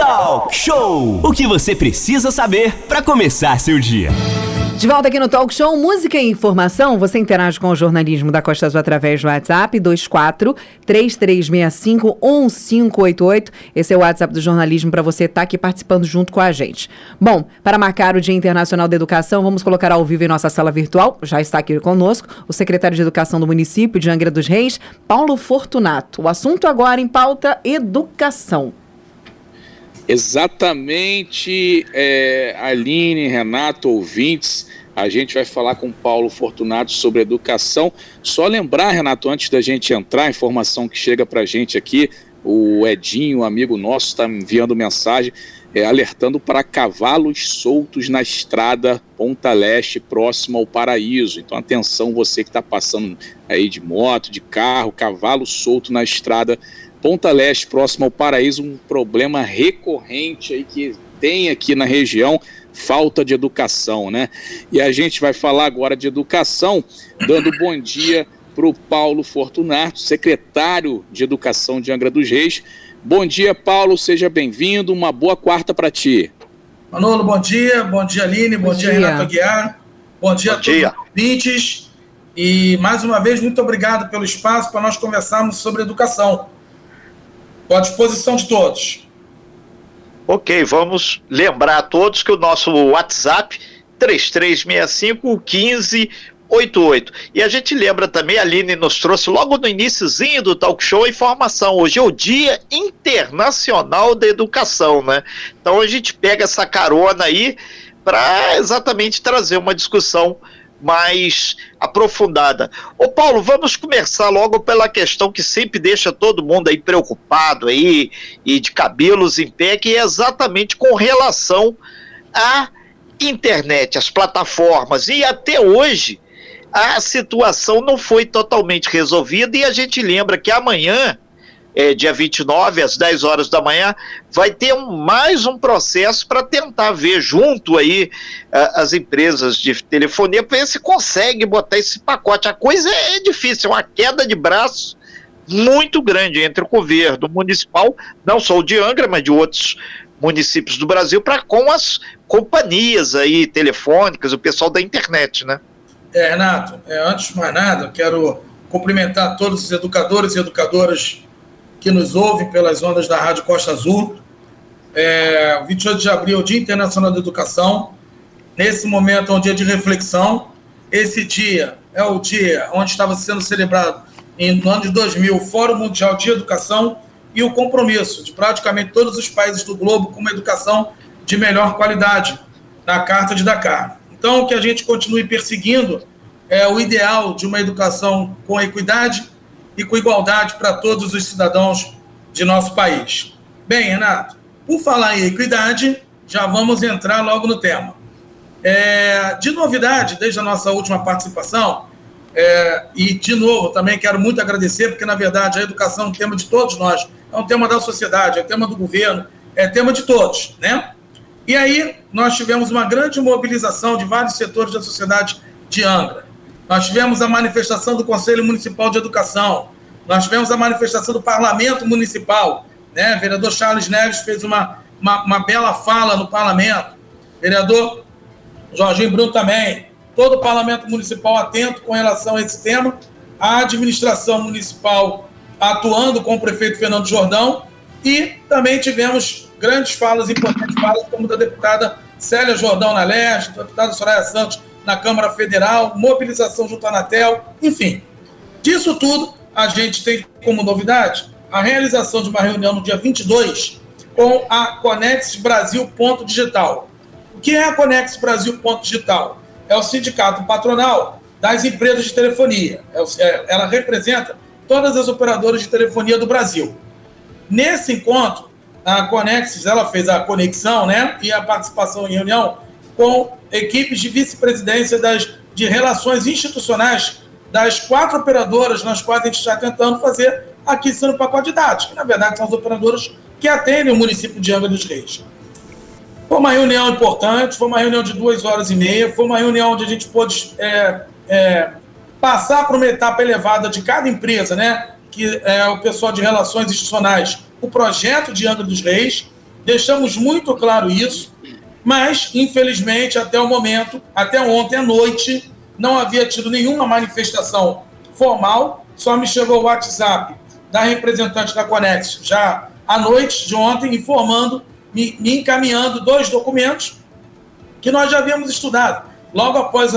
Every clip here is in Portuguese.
Talk Show. O que você precisa saber para começar seu dia. De volta aqui no Talk Show, música e informação. Você interage com o jornalismo da Costa Azul através do WhatsApp 24-3365-1588. Esse é o WhatsApp do jornalismo para você estar aqui participando junto com a gente. Bom, para marcar o Dia Internacional da Educação, vamos colocar ao vivo em nossa sala virtual. Já está aqui conosco o secretário de Educação do município de Angra dos Reis, Paulo Fortunato. O assunto agora em pauta, educação. Exatamente, Aline, Renato, ouvintes, a gente vai falar com Paulo Fortunato sobre educação. Só lembrar, Renato, antes da gente entrar, a informação que chega para a gente aqui, o Edinho, um amigo nosso, está enviando mensagem, alertando para cavalos soltos na estrada Ponta Leste, próximo ao Paraíso. Então atenção, você que está passando aí de moto, de carro, cavalo solto na estrada Ponta Leste, próximo ao Paraíso, um problema recorrente aí que tem aqui na região, falta de educação, né? E a gente vai falar agora de educação, dando bom dia para o Paulo Fortunato, secretário de Educação de Angra dos Reis. Bom dia, Paulo, seja bem-vindo, uma boa quarta para ti. Manolo, bom dia Aline, bom dia Renato Aguiar, bom dia a todos os ouvintes, e mais uma vez, muito obrigado pelo espaço para nós conversarmos sobre educação. Estou à disposição de todos. Ok, vamos lembrar a todos que o nosso WhatsApp 3365-1588. E a gente lembra também, a Aline nos trouxe logo no iniciozinho do Talk Show a informação. Hoje é o Dia Internacional da Educação, né? Então a gente pega essa carona aí para exatamente trazer uma discussão mais aprofundada. Ô Paulo, vamos começar logo pela questão que sempre deixa todo mundo aí preocupado aí e de cabelos em pé, que é exatamente com relação à internet, às plataformas. E até hoje a situação não foi totalmente resolvida, e a gente lembra que amanhã, dia 29, às 10 horas da manhã, vai ter mais um processo para tentar ver junto aí as empresas de telefonia, para ver se consegue botar esse pacote. A coisa é difícil, é uma queda de braço muito grande entre o governo municipal, não só o de Angra, mas de outros municípios do Brasil, para com as companhias aí telefônicas, o pessoal da internet, né? Renato, antes de mais nada, eu quero cumprimentar todos os educadores e educadoras que nos ouvem pelas ondas da Rádio Costa Azul. O 28 de abril é o Dia Internacional da Educação. Nesse momento é um dia de reflexão. Esse dia é o dia onde estava sendo celebrado, no ano de 2000, o Fórum Mundial de Educação, e o compromisso de praticamente todos os países do globo com uma educação de melhor qualidade, na Carta de Dakar. Então, que a gente continue perseguindo o ideal de uma educação com equidade e com igualdade para todos os cidadãos de nosso país. Bem, Renato, por falar em equidade, já vamos entrar logo no tema. De novidade, desde a nossa última participação, e de novo também quero muito agradecer, porque na verdade a educação é um tema de todos nós, é um tema da sociedade, é um tema do governo, é tema de todos, né? E aí nós tivemos uma grande mobilização de vários setores da sociedade de Angra. Nós tivemos a manifestação do Conselho Municipal de Educação, nós tivemos a manifestação do Parlamento Municipal, né? O vereador Charles Neves fez uma bela fala no Parlamento, o vereador Jorginho Bruno também, todo o Parlamento Municipal atento com relação a esse tema, a administração municipal atuando com o prefeito Fernando Jordão, e também tivemos grandes falas, importantes falas, como da deputada Célia Jordão na Leste, da deputada Soraya Santos na Câmara Federal, mobilização junto à Anatel, enfim. Disso tudo, a gente tem como novidade a realização de uma reunião no dia 22 com a Conex Brasil Ponto Digital. O que é a Conex Brasil Ponto Digital? É o sindicato patronal das empresas de telefonia. Ela representa todas as operadoras de telefonia do Brasil. Nesse encontro, a Conex, ela fez a conexão, né, e a participação em reunião com equipes de vice-presidência de relações institucionais das 4 operadoras nas quais a gente está tentando fazer aquisição do pacote de dados, que na verdade são as operadoras que atendem o município de Angra dos Reis. Foi uma reunião importante, foi uma reunião de 2h30, foi uma reunião onde a gente pôde passar para uma etapa elevada de cada empresa, né, que é o pessoal de relações institucionais, o projeto de Angra dos Reis, deixamos muito claro isso, mas, infelizmente, até o momento, até ontem à noite, não havia tido nenhuma manifestação formal, só me chegou o WhatsApp da representante da Conex, já à noite de ontem, informando, me encaminhando 2 documentos que nós já havíamos estudado. Logo após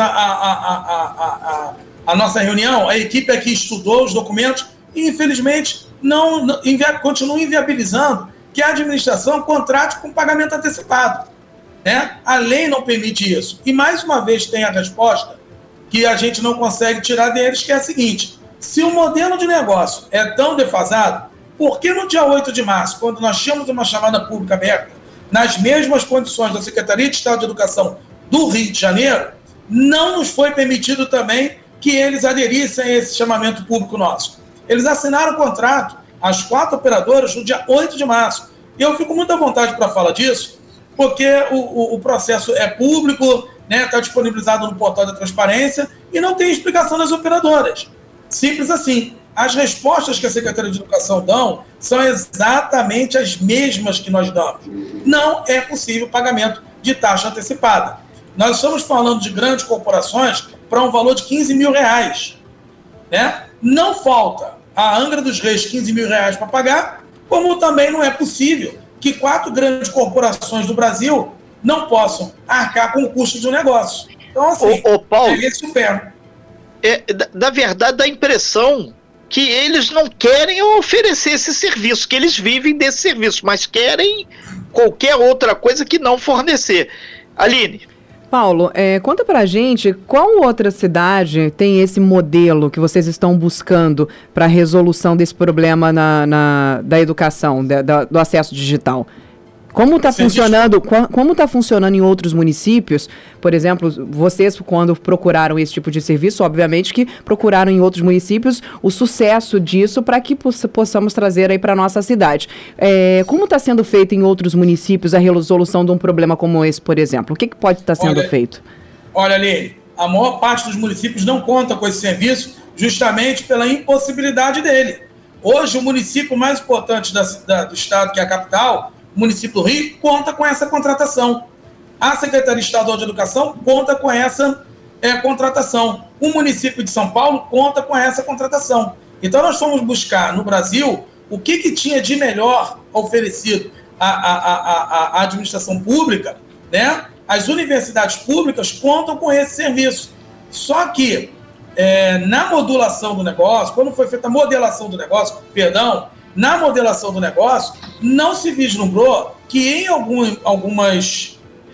a nossa reunião, a equipe aqui estudou os documentos e, infelizmente, continua inviabilizando que a administração contrate com pagamento antecipado. Né? A lei não permite isso. E, mais uma vez, tem a resposta que a gente não consegue tirar deles, que é a seguinte: se o modelo de negócio é tão defasado, por que no dia 8 de março, quando nós tínhamos uma chamada pública aberta, nas mesmas condições da Secretaria de Estado de Educação do Rio de Janeiro, não nos foi permitido também que eles aderissem a esse chamamento público nosso? Eles assinaram o contrato, as 4 operadoras, no dia 8 de março. E eu fico muito à vontade para falar disso, porque o processo é público, né, está disponibilizado no portal da transparência e não tem explicação das operadoras. Simples assim. As respostas que a Secretaria de Educação dão são exatamente as mesmas que nós damos. Não é possível pagamento de taxa antecipada. Nós estamos falando de grandes corporações para um valor de R$15 mil. Né? Não falta a Angra dos Reis R$15 mil para pagar, como também não é possível que 4 grandes corporações do Brasil não possam arcar com o custo de um negócio. Então, assim, Paulo, é esse o pé. Na verdade, dá a impressão que eles não querem oferecer esse serviço, que eles vivem desse serviço, mas querem qualquer outra coisa que não fornecer. Aline. Paulo, conta pra gente qual outra cidade tem esse modelo que vocês estão buscando para a resolução desse problema da educação, do acesso digital. Como está funcionando, em outros municípios? Por exemplo, vocês, quando procuraram esse tipo de serviço, obviamente que procuraram em outros municípios o sucesso disso para que possamos trazer aí para a nossa cidade. Como está sendo feito em outros municípios a resolução de um problema como esse, por exemplo? O que pode estar sendo feito? Olha, Aline, a maior parte dos municípios não conta com esse serviço justamente pela impossibilidade dele. Hoje, o município mais importante do estado, que é a capital, o município do Rio, conta com essa contratação. A Secretaria Estadual de Educação conta com essa contratação. O município de São Paulo conta com essa contratação. Então, nós fomos buscar no Brasil o que tinha de melhor oferecido à administração pública, né? As universidades públicas contam com esse serviço. Só que, na modulação do negócio, quando foi feita a modelação do negócio, na modelação do negócio, não se vislumbrou que em algumas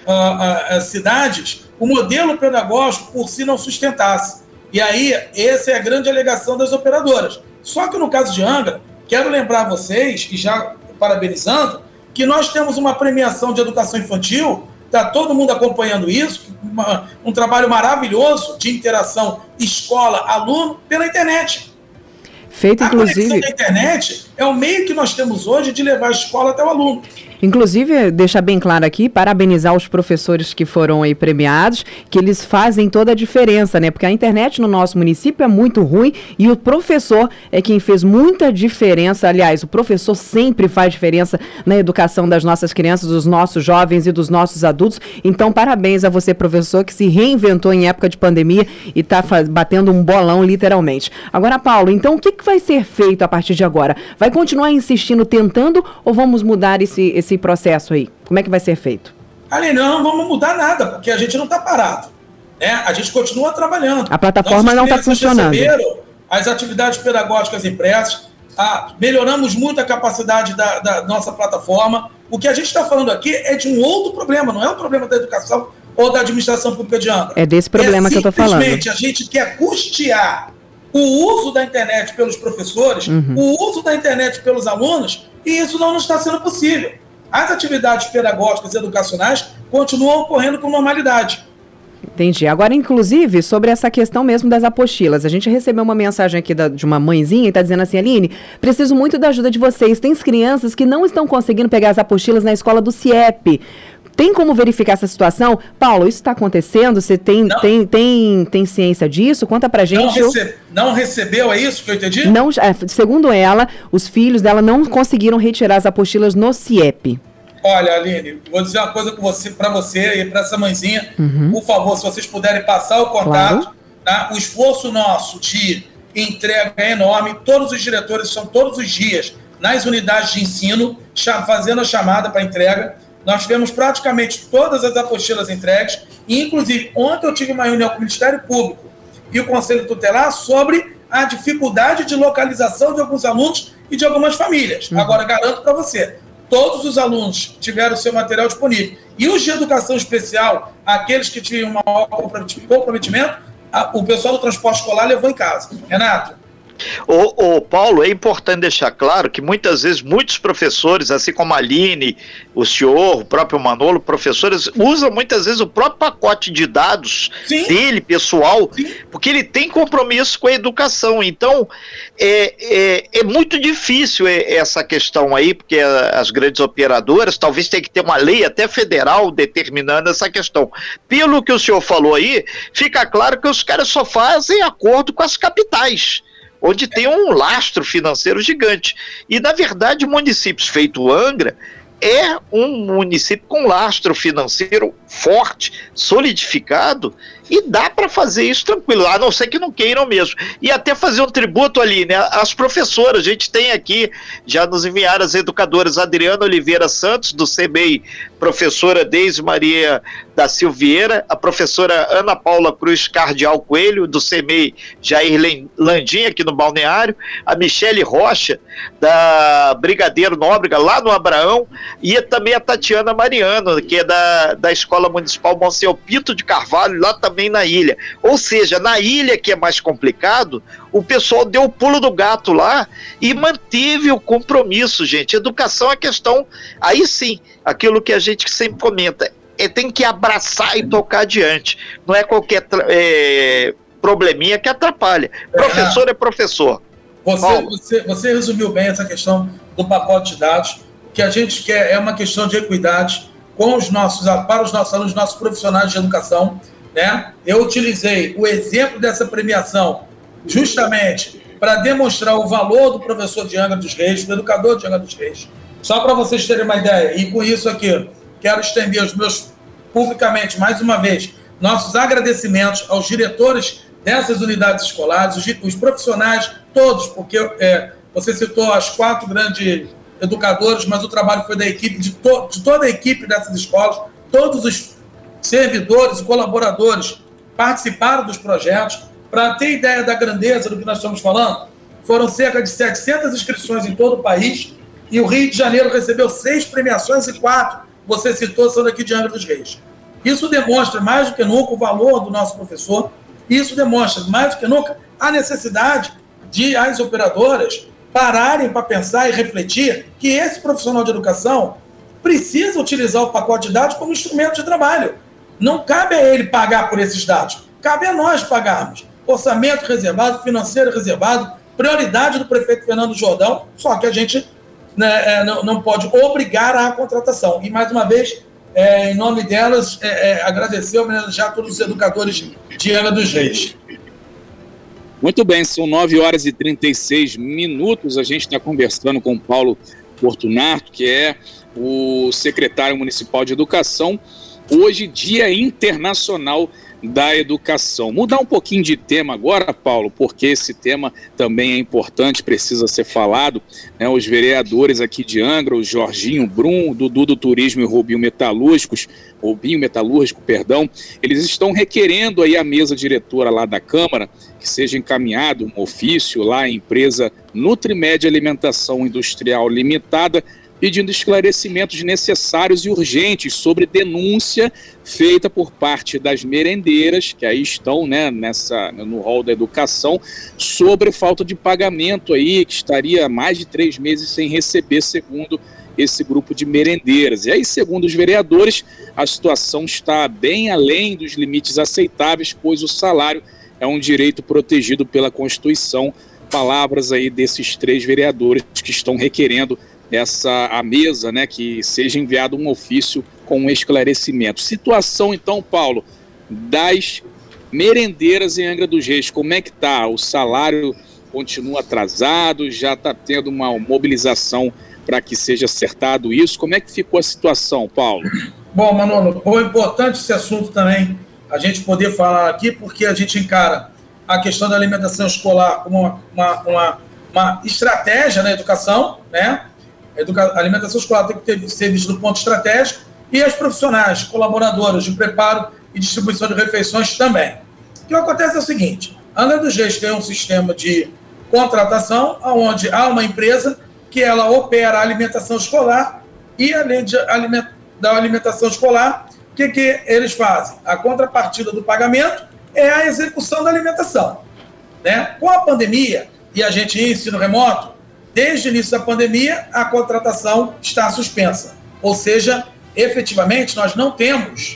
cidades o modelo pedagógico por si não sustentasse. E aí, essa é a grande alegação das operadoras. Só que no caso de Angra, quero lembrar vocês, e já parabenizando, que nós temos uma premiação de educação infantil, está todo mundo acompanhando isso, um trabalho maravilhoso de interação escola-aluno pela internet. Feito, inclusive. A conexão da internet é o meio que nós temos hoje de levar a escola até o aluno. Inclusive, deixar bem claro aqui, parabenizar os professores que foram aí premiados, que eles fazem toda a diferença, né? Porque a internet no nosso município é muito ruim e o professor é quem fez muita diferença. Aliás, o professor sempre faz diferença na educação das nossas crianças, dos nossos jovens e dos nossos adultos. Então, parabéns a você, professor, que se reinventou em época de pandemia e está batendo um bolão, literalmente. Agora, Paulo, então o que vai ser feito a partir de agora? Vai continuar insistindo, tentando, ou vamos mudar esse processo aí? Como é que vai ser feito? Ali não vamos mudar nada, porque a gente não está parado. Né? A gente continua trabalhando. A plataforma não está funcionando. As atividades pedagógicas impressas, melhoramos muito a capacidade da nossa plataforma. O que a gente está falando aqui é de um outro problema, não é um problema da educação ou da administração pública de Angra. É desse problema que eu estou falando. Simplesmente a gente quer custear o uso da internet pelos professores, o uso da internet pelos alunos, e isso não está sendo possível. As atividades pedagógicas e educacionais continuam ocorrendo com normalidade. Entendi. Agora, inclusive, sobre essa questão mesmo das apostilas, a gente recebeu uma mensagem aqui de uma mãezinha e está dizendo assim: Aline, preciso muito da ajuda de vocês. Tem crianças que não estão conseguindo pegar as apostilas na escola do CIEP. Tem como verificar essa situação? Paulo, isso está acontecendo? Você tem ciência disso? Conta pra gente. Não recebeu, é isso que eu entendi? Não, segundo ela, os filhos dela não conseguiram retirar as apostilas no CIEP. Olha, Aline, vou dizer uma coisa para você e para essa mãezinha. Por favor, se vocês puderem passar o contato, tá? O esforço nosso de entrega é enorme. Todos os diretores estão todos os dias nas unidades de ensino, fazendo a chamada para entrega. Nós tivemos praticamente todas as apostilas entregues, e, inclusive, ontem eu tive uma reunião com o Ministério Público e o Conselho Tutelar sobre a dificuldade de localização de alguns alunos e de algumas famílias. Agora, garanto para você, todos os alunos tiveram seu material disponível. E os de educação especial, aqueles que tinham um maior comprometimento, o pessoal do transporte escolar levou em casa. Renato? Ô Paulo, é importante deixar claro que muitas vezes muitos professores, assim como a Aline, o senhor, o próprio Manolo, professores, usam muitas vezes o próprio pacote de dados dele, pessoal, porque ele tem compromisso com a educação. Então, é muito difícil essa questão aí, porque as grandes operadoras talvez tenham que ter uma lei até federal determinando essa questão. Pelo que o senhor falou aí, fica claro que os caras só fazem acordo com as capitais, onde tem um lastro financeiro gigante. E, na verdade, municípios feito Angra é um município com lastro financeiro forte, solidificado, e dá para fazer isso tranquilo, a não ser que não queiram mesmo. E até fazer um tributo ali, né? As professoras, a gente tem aqui, já nos enviaram as educadoras, Adriana Oliveira Santos, do CBEI, professora Deise Maria da Silveira, a professora Ana Paula Cruz Cardial Coelho, do CMEI Jair Landim, aqui no Balneário, a Michele Rocha, da Brigadeiro Nóbrega, lá no Abraão, e também a Tatiana Mariano, que é da Escola Municipal Monsenhor Pinto de Carvalho, lá também na ilha. Ou seja, na ilha, que é mais complicado, o pessoal deu o pulo do gato lá e manteve o compromisso, gente. Educação é questão, aí sim, aquilo que a gente sempre comenta, tem que abraçar e tocar adiante. Não é qualquer probleminha que atrapalha. Professor é professor. Você resumiu bem essa questão do pacote de dados. O que a gente quer é uma questão de equidade para os nossos alunos, nossos profissionais de educação, né? Eu utilizei o exemplo dessa premiação justamente para demonstrar o valor do professor de Angra dos Reis, do educador de Angra dos Reis. Só para vocês terem uma ideia, e com isso aqui, quero estender publicamente, mais uma vez, nossos agradecimentos aos diretores dessas unidades escolares, os profissionais todos, porque você citou as 4 grandes educadores, mas o trabalho foi da equipe, de toda a equipe dessas escolas, todos os servidores e colaboradores participaram dos projetos. Para ter ideia da grandeza do que nós estamos falando, foram cerca de 700 inscrições em todo o país, e o Rio de Janeiro recebeu 6 premiações e 4, você citou, são daqui de Angra dos Reis. Isso demonstra mais do que nunca o valor do nosso professor, isso demonstra mais do que nunca a necessidade de as operadoras pararem para pensar e refletir que esse profissional de educação precisa utilizar o pacote de dados como instrumento de trabalho. Não cabe a ele pagar por esses dados, cabe a nós pagarmos. Orçamento reservado, financeiro reservado, prioridade do prefeito Fernando Jordão, só que a gente não pode obrigar a contratação. E, mais uma vez, em nome delas, agradecer, homenagear todos os educadores de Angra dos Reis. Muito bem, são 9h36. A gente está conversando com o Paulo Fortunato, que é o secretário municipal de educação. Hoje, Dia Internacional da Educação. Mudar um pouquinho de tema agora, Paulo, porque esse tema também é importante, precisa ser falado, né? Os vereadores aqui de Angra, o Jorginho Brum, o Dudu do Turismo e o Rubinho Metalúrgico, eles estão requerendo aí a mesa diretora lá da Câmara que seja encaminhado um ofício lá à empresa Nutrimed Alimentação Industrial Limitada, pedindo esclarecimentos necessários e urgentes sobre denúncia feita por parte das merendeiras, que aí estão, né, no rol da educação, sobre falta de pagamento aí, que estaria há mais de 3 meses sem receber, segundo esse grupo de merendeiras. E aí, segundo os vereadores, a situação está bem além dos limites aceitáveis, pois o salário é um direito protegido pela Constituição. Palavras aí desses 3 vereadores que estão requerendo a mesa, né, que seja enviado um ofício com um esclarecimento. Situação, então, Paulo, das merendeiras em Angra dos Reis, como é que está? O salário continua atrasado, já está tendo uma mobilização para que seja acertado isso? Como é que ficou a situação, Paulo? Bom, Manolo, é importante esse assunto também, a gente poder falar aqui, porque a gente encara a questão da alimentação escolar como uma estratégia na educação, né? A alimentação escolar tem que ser vista do ponto estratégico, e as profissionais colaboradoras de preparo e distribuição de refeições também. O que acontece é o seguinte: a Angra dos Reis tem um sistema de contratação, onde há uma empresa que ela opera a alimentação escolar, e além da alimentação escolar, o que eles fazem? A contrapartida do pagamento é a execução da alimentação, né? Com a pandemia, e a gente em ensino remoto, desde o início da pandemia, a contratação está suspensa. Ou seja, efetivamente, nós não temos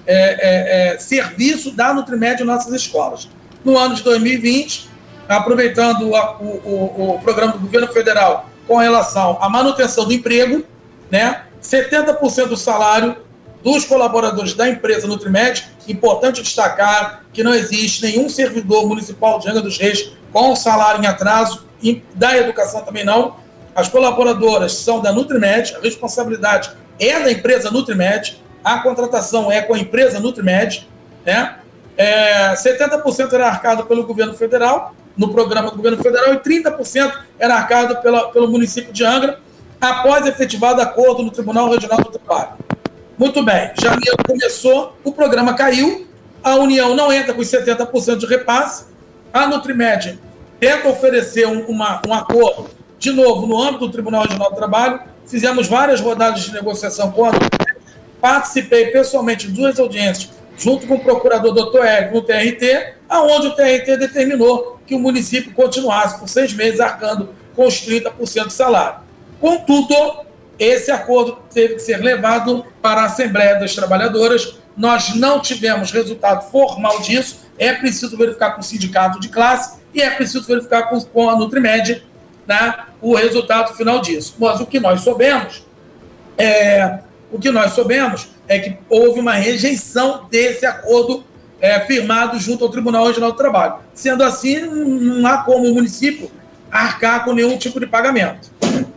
serviço da Nutrimed em nossas escolas. No ano de 2020, aproveitando o programa do governo federal com relação à manutenção do emprego, né, 70% do salário dos colaboradores da empresa Nutrimed, importante destacar que não existe nenhum servidor municipal de Angra dos Reis com salário em atraso, e da educação também não. As colaboradoras são da Nutrimed, a responsabilidade é da empresa Nutrimed, a contratação é com a empresa Nutrimed, né? 70% era arcado pelo governo federal, no programa do governo federal, e 30% era arcado pelo município de Angra, após efetivado acordo no Tribunal Regional do Trabalho. Muito bem, janeiro começou, o programa caiu, a União não entra com os 70% de repasse, a Nutrimed tenta oferecer um acordo, de novo, no âmbito do Tribunal Regional do Trabalho. Fizemos várias rodadas de negociação com a Nutrimed, participei pessoalmente de 2 audiências, junto com o procurador Dr. Érico no TRT, aonde o TRT determinou que o município continuasse por 6 meses arcando com os 30% do salário. Contudo, esse acordo teve que ser levado para a Assembleia das Trabalhadoras. Nós não tivemos resultado formal disso. É preciso verificar com o sindicato de classe e é preciso verificar com a Nutrimed, né, o resultado final disso. Mas o que nós soubemos é que houve uma rejeição desse acordo firmado junto ao Tribunal Regional do Trabalho. Sendo assim, não há como o município arcar com nenhum tipo de pagamento.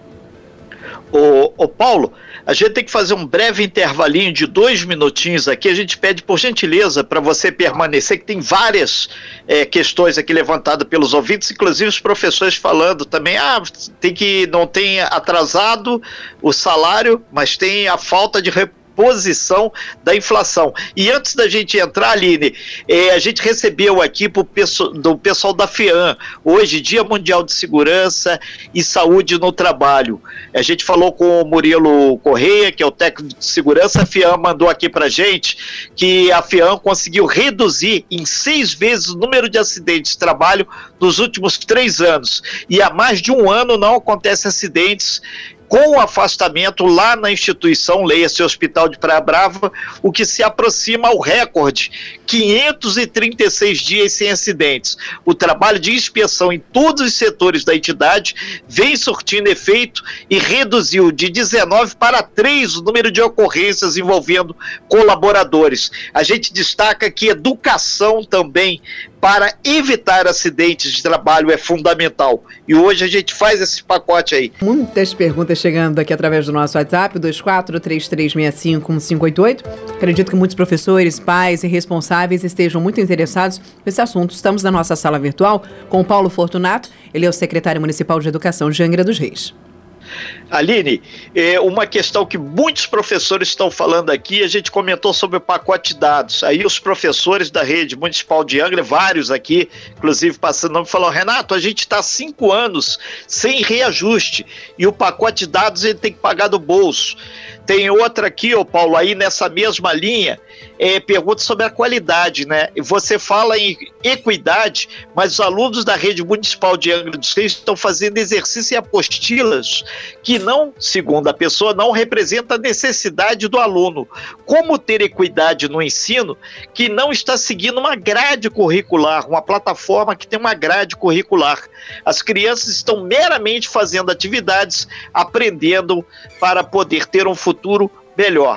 Ô Paulo, a gente tem que fazer um breve intervalinho de 2 minutinhos aqui. A gente pede, por gentileza, para você permanecer, que tem várias questões aqui levantadas pelos ouvintes, inclusive os professores falando também, não tem atrasado o salário, mas tem a falta de posição da inflação. E antes da gente entrar, Aline, a gente recebeu aqui do pessoal da FIAM, hoje, Dia Mundial de Segurança e Saúde no Trabalho. A gente falou com o Murilo Correia, que é o técnico de segurança. A FIAM mandou aqui pra gente que a FIAM conseguiu reduzir em 6 vezes o número de acidentes de trabalho nos últimos 3 anos. E há mais de um ano não acontecem acidentes com o afastamento lá na instituição, leia-se Hospital de Praia Brava, o que se aproxima ao recorde, 536 dias sem acidentes. O trabalho de inspeção em todos os setores da entidade vem surtindo efeito e reduziu de 19 para 3 o número de ocorrências envolvendo colaboradores. A gente destaca que educação também para evitar acidentes de trabalho é fundamental. E hoje a gente faz esse pacote aí. Muitas perguntas chegando aqui através do nosso WhatsApp, 2433651588. Acredito que muitos professores, pais e responsáveis estejam muito interessados nesse assunto. Estamos na nossa sala virtual com o Paulo Fortunato, ele é o secretário municipal de Educação de Angra dos Reis. Aline, uma questão que muitos professores estão falando aqui, a gente comentou sobre o pacote de dados. Aí os professores da rede municipal de Angra, vários aqui, inclusive passando nome, falaram: Renato, a gente está há 5 anos sem reajuste e o pacote de dados ele tem que pagar do bolso. Tem outra aqui, Paulo, aí nessa mesma linha, pergunta sobre a qualidade, né? Você fala em equidade, mas os alunos da rede municipal de Angra dos Reis estão fazendo exercício e apostilas que não, segundo a pessoa, não representa a necessidade do aluno. Como ter equidade no ensino que não está seguindo uma grade curricular, uma plataforma que tem uma grade curricular? As crianças estão meramente fazendo atividades, aprendendo para poder ter um futuro melhor.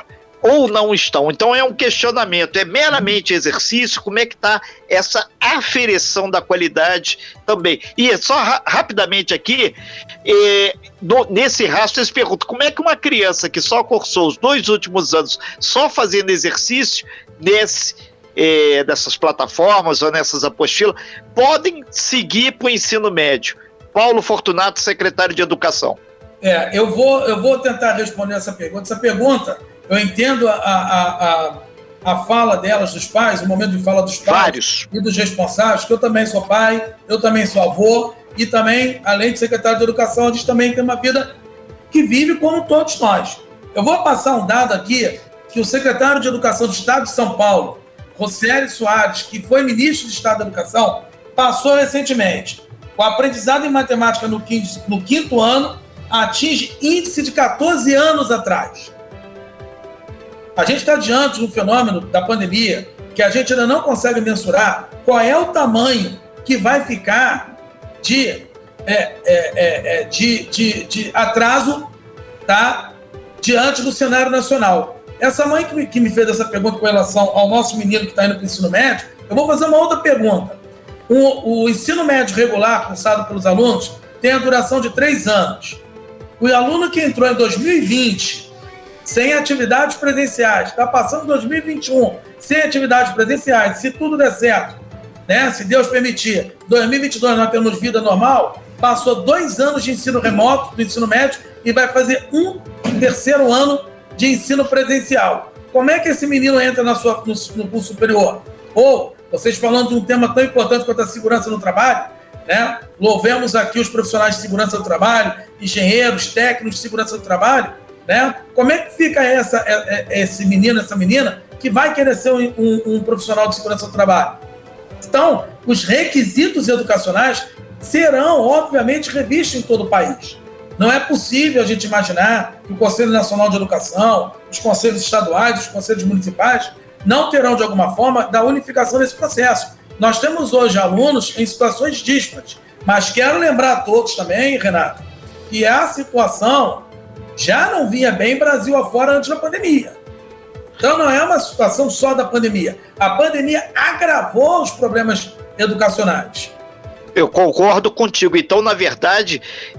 ou não estão? Então é um questionamento, é meramente exercício, como é que está essa aferição da qualidade também? E só rapidamente aqui, nesse rastro eles perguntam, como é que uma criança que só cursou os 2 últimos anos só fazendo exercício dessas plataformas ou nessas apostilas, podem seguir para o ensino médio? Paulo Fortunato, secretário de Educação. Eu vou tentar responder essa pergunta. Essa pergunta, eu entendo a fala delas, dos pais, o momento de fala dos pais e dos responsáveis, que eu também sou pai, eu também sou avô, e também, além de secretário de Educação, a gente também tem uma vida que vive como todos nós. Eu vou passar um dado aqui, que o secretário de Educação do Estado de São Paulo, Rocieli Soares, que foi ministro de Estado da Educação, passou recentemente. O aprendizado em matemática no 5º ano atinge índice de 14 anos atrás. A gente está diante de um fenômeno da pandemia que a gente ainda não consegue mensurar qual é o tamanho que vai ficar de atraso, tá, diante do cenário nacional. Essa mãe que me fez essa pergunta com relação ao nosso menino que está indo para o ensino médio, eu vou fazer uma outra pergunta. O ensino médio regular cursado pelos alunos tem a duração de 3 anos. O aluno que entrou em 2020 sem atividades presenciais, está passando 2021 sem atividades presenciais, se tudo der certo, né? Se Deus permitir, 2022 nós temos vida normal, passou 2 anos de ensino remoto, do ensino médio, e vai fazer um 3º ano de ensino presencial. Como é que esse menino entra no curso superior? Ou, vocês falando de um tema tão importante quanto a segurança no trabalho, né? Louvemos aqui os profissionais de segurança do trabalho, engenheiros, técnicos de segurança do trabalho, né? Como é que fica esse menino, essa menina, que vai querer ser um profissional de segurança do trabalho? Então, os requisitos educacionais serão, obviamente, revistos em todo o país. Não é possível a gente imaginar que o Conselho Nacional de Educação, os conselhos estaduais, os conselhos municipais, não terão, de alguma forma, da unificação desse processo. Nós temos hoje alunos em situações díspares, mas quero lembrar a todos também, Renato, que a situação já não vinha bem Brasil afora antes da pandemia. Então não é uma situação só da pandemia. A pandemia agravou os problemas educacionais. Eu concordo contigo. Então, na verdade,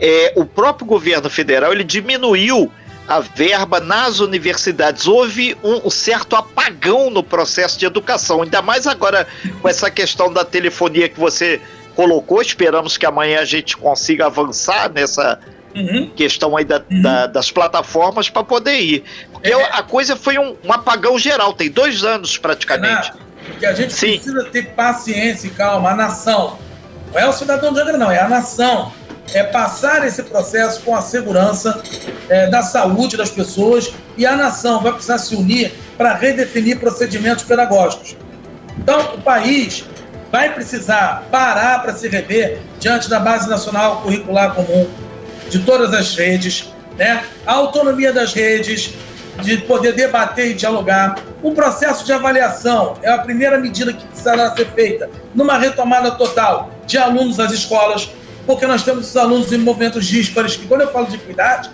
o próprio governo federal ele diminuiu a verba nas universidades. Houve um certo apagão no processo de educação, ainda mais agora com essa questão da telefonia que você colocou. Esperamos que amanhã a gente consiga avançar nessa questão aí das plataformas para poder ir. Porque a coisa foi um apagão geral, tem 2 anos praticamente. Porque a gente precisa ter paciência e calma. A nação, não é o cidadão de Angra, não, é a nação. É passar esse processo com a segurança da saúde das pessoas, e a nação vai precisar se unir para redefinir procedimentos pedagógicos. Então, o país vai precisar parar para se rever diante da Base Nacional Curricular Comum, de todas as redes, né? A autonomia das redes, de poder debater e dialogar. Um processo de avaliação é a primeira medida que precisará ser feita numa retomada total de alunos às escolas, porque nós temos os alunos em movimentos díspares, que quando eu falo de equidade,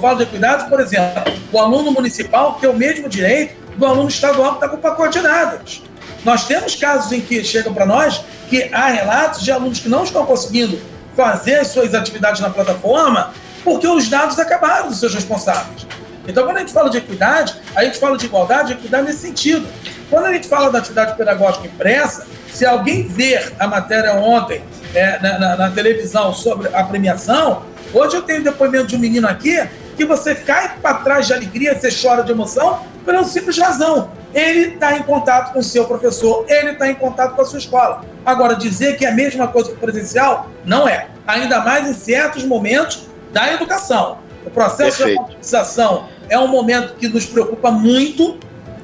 por exemplo, o aluno municipal tem o mesmo direito do aluno estadual que está com o pacote de dados. Nós temos casos em que chegam para nós que há relatos de alunos que não estão conseguindo fazer as suas atividades na plataforma porque os dados acabaram dos seus responsáveis. Então, quando a gente fala de equidade, a gente fala de igualdade, equidade nesse sentido. Quando a gente fala da atividade pedagógica impressa, se alguém ver a matéria ontem na televisão sobre a premiação, hoje eu tenho depoimento de um menino aqui que você cai para trás de alegria, você chora de emoção, pela simples razão. Ele está em contato com o seu professor, ele está em contato com a sua escola. Agora, dizer que é a mesma coisa que o presencial, não é. Ainda mais em certos momentos da educação. O processo de alfabetização é um momento que nos preocupa muito,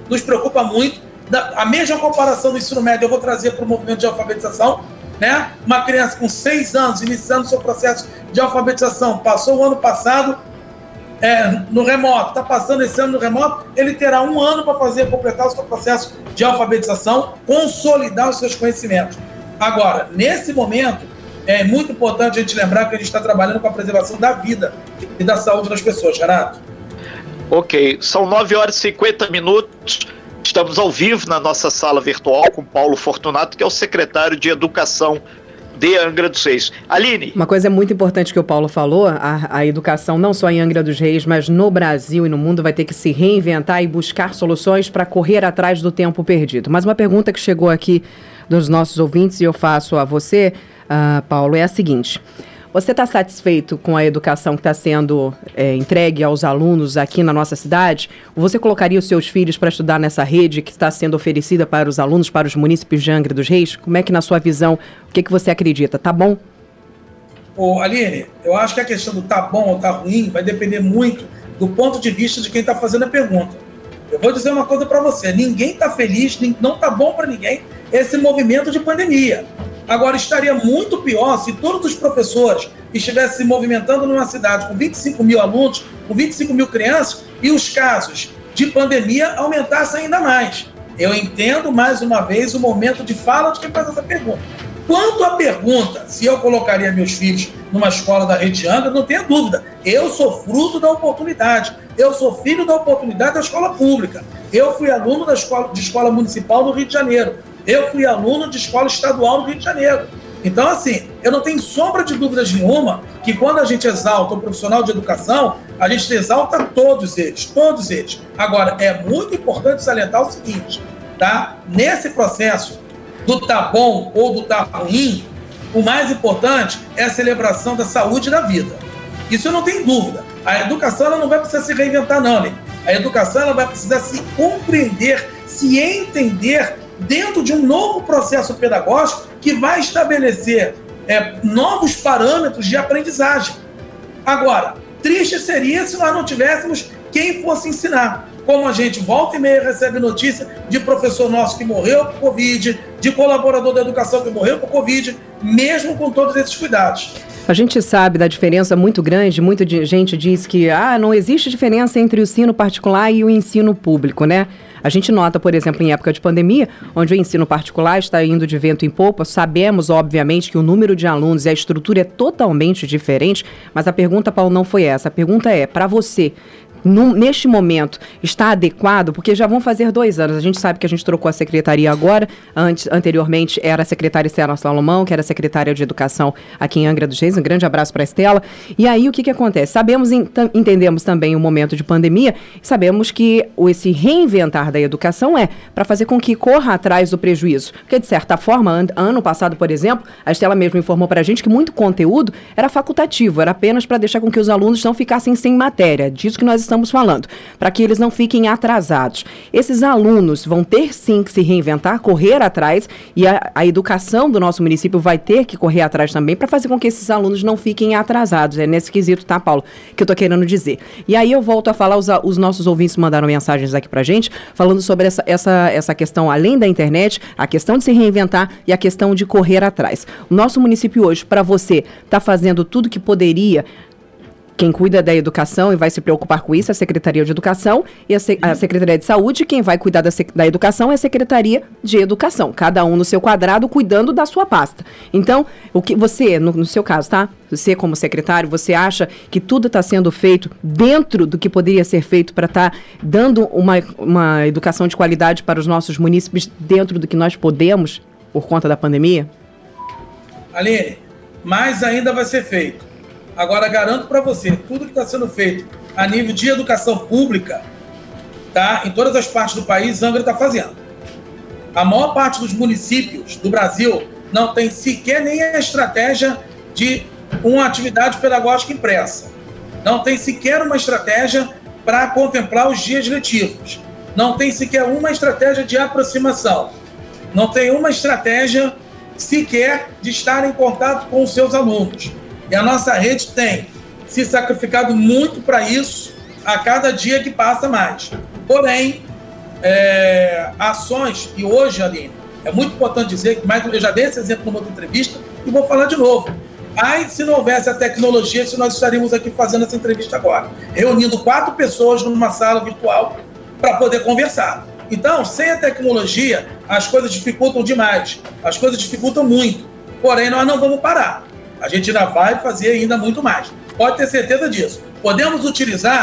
A mesma comparação do ensino médio eu vou trazer para o movimento de alfabetização, né? Uma criança com 6 anos, iniciando seu processo de alfabetização, passou o ano passado no remoto, está passando esse ano no remoto, ele terá 1 ano para completar o seu processo de alfabetização, consolidar os seus conhecimentos. Agora, nesse momento, é muito importante a gente lembrar que a gente está trabalhando com a preservação da vida e da saúde das pessoas, Renato. Ok, são 9h50. Estamos ao vivo na nossa sala virtual com Paulo Fortunato, que é o secretário de Educação de Angra dos Reis. Aline. Uma coisa muito importante que o Paulo falou, a educação não só em Angra dos Reis, mas no Brasil e no mundo vai ter que se reinventar e buscar soluções para correr atrás do tempo perdido. Mas uma pergunta que chegou aqui dos nossos ouvintes e eu faço a você, Paulo, é a seguinte: você está satisfeito com a educação que está sendo entregue aos alunos aqui na nossa cidade? Você colocaria os seus filhos para estudar nessa rede que está sendo oferecida para os alunos, para os munícipes de Angra dos Reis? Como é que, na sua visão, o que você acredita? Tá bom? Aline, eu acho que a questão do tá bom ou tá ruim vai depender muito do ponto de vista de quem está fazendo a pergunta. Eu vou dizer uma coisa para você: ninguém está feliz, não tá bom para ninguém esse movimento de pandemia. Agora, estaria muito pior se todos os professores estivessem se movimentando numa cidade com 25 mil alunos, com 25 mil crianças, e os casos de pandemia aumentassem ainda mais. Eu entendo, mais uma vez, o momento de fala de quem faz essa pergunta. Quanto à pergunta, se eu colocaria meus filhos numa escola da Rede Angra, não tenha dúvida. Eu sou fruto da oportunidade. Eu sou filho da oportunidade da escola pública. Eu fui aluno de escola municipal do Rio de Janeiro. Eu fui aluno de escola estadual do Rio de Janeiro. Então, assim, eu não tenho sombra de dúvidas nenhuma que quando a gente exalta o profissional de educação, a gente exalta todos eles, todos eles. Agora, é muito importante salientar o seguinte, tá? Nesse processo do tá bom ou do tá ruim, o mais importante é a celebração da saúde e da vida. Isso eu não tenho dúvida. A educação ela não vai precisar se reinventar, não, né? A educação ela vai precisar se compreender, se entender dentro de um novo processo pedagógico que vai estabelecer novos parâmetros de aprendizagem. Agora, triste seria se nós não tivéssemos quem fosse ensinar. Como a gente volta e meia recebe notícia de professor nosso que morreu por Covid, de colaborador da educação que morreu por Covid, mesmo com todos esses cuidados. A gente sabe da diferença muito grande, muita gente diz que não existe diferença entre o ensino particular e o ensino público, né? A gente nota, por exemplo, em época de pandemia, onde o ensino particular está indo de vento em popa, sabemos, obviamente, que o número de alunos e a estrutura é totalmente diferente, mas a pergunta, Paulo, não foi essa. A pergunta é, para você, neste momento, está adequado? Porque já vão fazer 2 anos. A gente sabe que a gente trocou a secretaria agora. Anteriormente era a secretária Estela Salomão, que era secretária de Educação aqui em Angra dos Reis. Um grande abraço para a Estela. E aí, o que acontece? Entendemos também o momento de pandemia, sabemos que esse reinventar da educação para fazer com que corra atrás do prejuízo. Porque, de certa forma, ano passado, por exemplo, a Estela mesmo informou para a gente que muito conteúdo era facultativo, era apenas para deixar com que os alunos não ficassem sem matéria. Disso que nós estamos falando, para que eles não fiquem atrasados. Esses alunos vão ter sim que se reinventar, correr atrás, e a educação do nosso município vai ter que correr atrás também para fazer com que esses alunos não fiquem atrasados. É nesse quesito, tá, Paulo, que eu tô querendo dizer. E aí eu volto a falar, os nossos ouvintes mandaram mensagens aqui pra gente, falando sobre essa questão, além da internet, a questão de se reinventar e a questão de correr atrás. O nosso município hoje, para você, tá fazendo tudo que poderia. Quem cuida da educação e vai se preocupar com isso é a Secretaria de Educação e a Secretaria de Saúde. Quem vai cuidar da educação é a Secretaria de Educação. Cada um no seu quadrado, cuidando da sua pasta. Então, o que você, no seu caso, tá? Você como secretário, você acha que tudo está sendo feito dentro do que poderia ser feito para estar dando uma educação de qualidade para os nossos munícipes dentro do que nós podemos por conta da pandemia? Aline, mais ainda vai ser feito. Agora, garanto para você, tudo que está sendo feito a nível de educação pública, tá? Em todas as partes do país, Angra está fazendo. A maior parte dos municípios do Brasil não tem sequer nem a estratégia de uma atividade pedagógica impressa. Não tem sequer uma estratégia para contemplar os dias letivos. Não tem sequer uma estratégia de aproximação. Não tem uma estratégia sequer de estar em contato com os seus alunos. E a nossa rede tem se sacrificado muito para isso a cada dia que passa mais. Porém, ações, e hoje, Aline, é muito importante dizer que, eu já dei esse exemplo numa outra entrevista e vou falar de novo. Se não houvesse a tecnologia, se nós estaríamos aqui fazendo essa entrevista agora, reunindo 4 pessoas numa sala virtual para poder conversar. Então, sem a tecnologia, as coisas dificultam demais, as coisas dificultam muito. Porém, nós não vamos parar. A gente ainda vai fazer ainda muito mais. Pode ter certeza disso. Podemos utilizar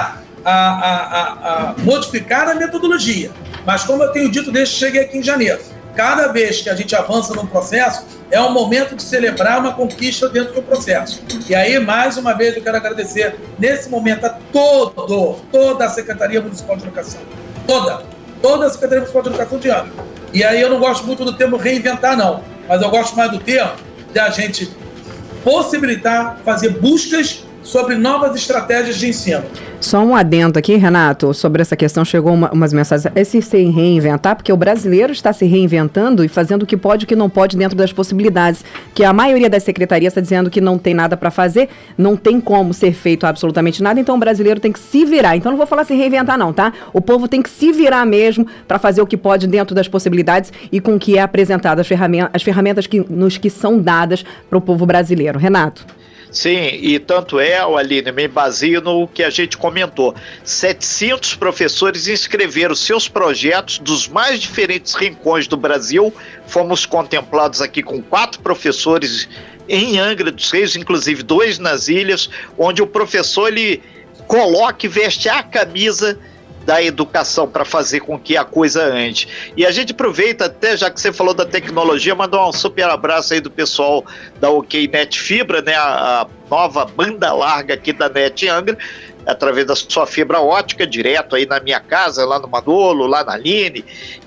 a modificar a metodologia. Mas como eu tenho dito desde que cheguei aqui em janeiro, cada vez que a gente avança num processo, é um momento de celebrar uma conquista dentro do processo. E aí, mais uma vez, eu quero agradecer, nesse momento, a toda a Secretaria Municipal de Educação. Toda a Secretaria Municipal de Educação de Angra. E aí eu não gosto muito do termo reinventar, não. Mas eu gosto mais do termo de a gente possibilitar, fazer buscas sobre novas estratégias de ensino. Só um adendo aqui, Renato, sobre essa questão, chegou umas mensagens, esse se reinventar, porque o brasileiro está se reinventando e fazendo o que pode e o que não pode dentro das possibilidades, que a maioria das secretarias está dizendo que não tem nada para fazer, não tem como ser feito absolutamente nada, então o brasileiro tem que se virar. Então não vou falar se reinventar não, tá? O povo tem que se virar mesmo para fazer o que pode dentro das possibilidades e com o que é apresentado, as ferramentas que são dadas para o povo brasileiro. Renato. Sim, e tanto é, Aline, me baseio no que a gente comentou. 700 professores inscreveram seus projetos dos mais diferentes rincões do Brasil. Fomos contemplados aqui com 4 professores em Angra dos Reis, inclusive 2 nas ilhas, onde o professor ele coloca e veste a camisa da educação para fazer com que a coisa ande. E a gente aproveita até, já que você falou da tecnologia, mandar um super abraço aí do pessoal da OK Net Fibra, né, a nova banda larga aqui da Net Angra, através da sua fibra ótica, direto aí na minha casa, lá no Manolo, lá na Aline,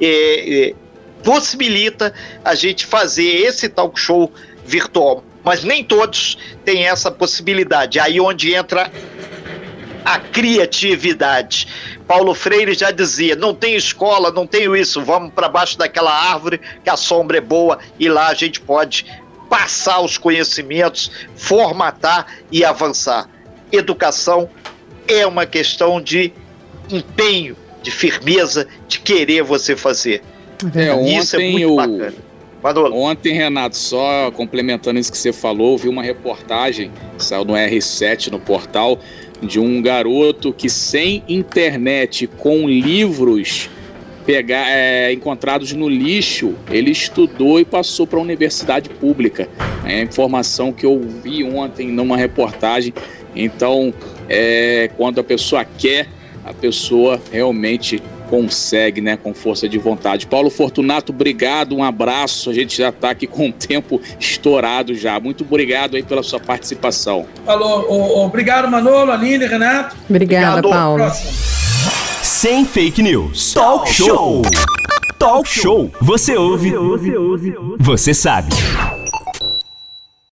possibilita a gente fazer esse talk show virtual. Mas nem todos têm essa possibilidade. Aí onde entra a criatividade. Paulo Freire já dizia, não tem escola, não tenho isso, vamos para baixo daquela árvore que a sombra é boa e lá a gente pode passar os conhecimentos, formatar e avançar. Educação é uma questão de empenho, de firmeza, de querer você fazer. Isso é muito bacana. Ontem, Renato, só complementando isso que você falou, vi uma reportagem, saiu no R7, no portal, de um garoto que sem internet, com livros encontrados no lixo, ele estudou e passou para a universidade pública. É a informação que eu vi ontem numa reportagem. Então, quando a pessoa quer, a pessoa realmente consegue, né, com força de vontade. Paulo Fortunato, obrigado, um abraço, a gente já está aqui com o tempo estourado já. Muito obrigado aí pela sua participação. Falou, obrigado Manolo, Aline, Renato. Obrigada, Paulo. Sem fake news. Talk Show. Talk Show. Você ouve. Você sabe.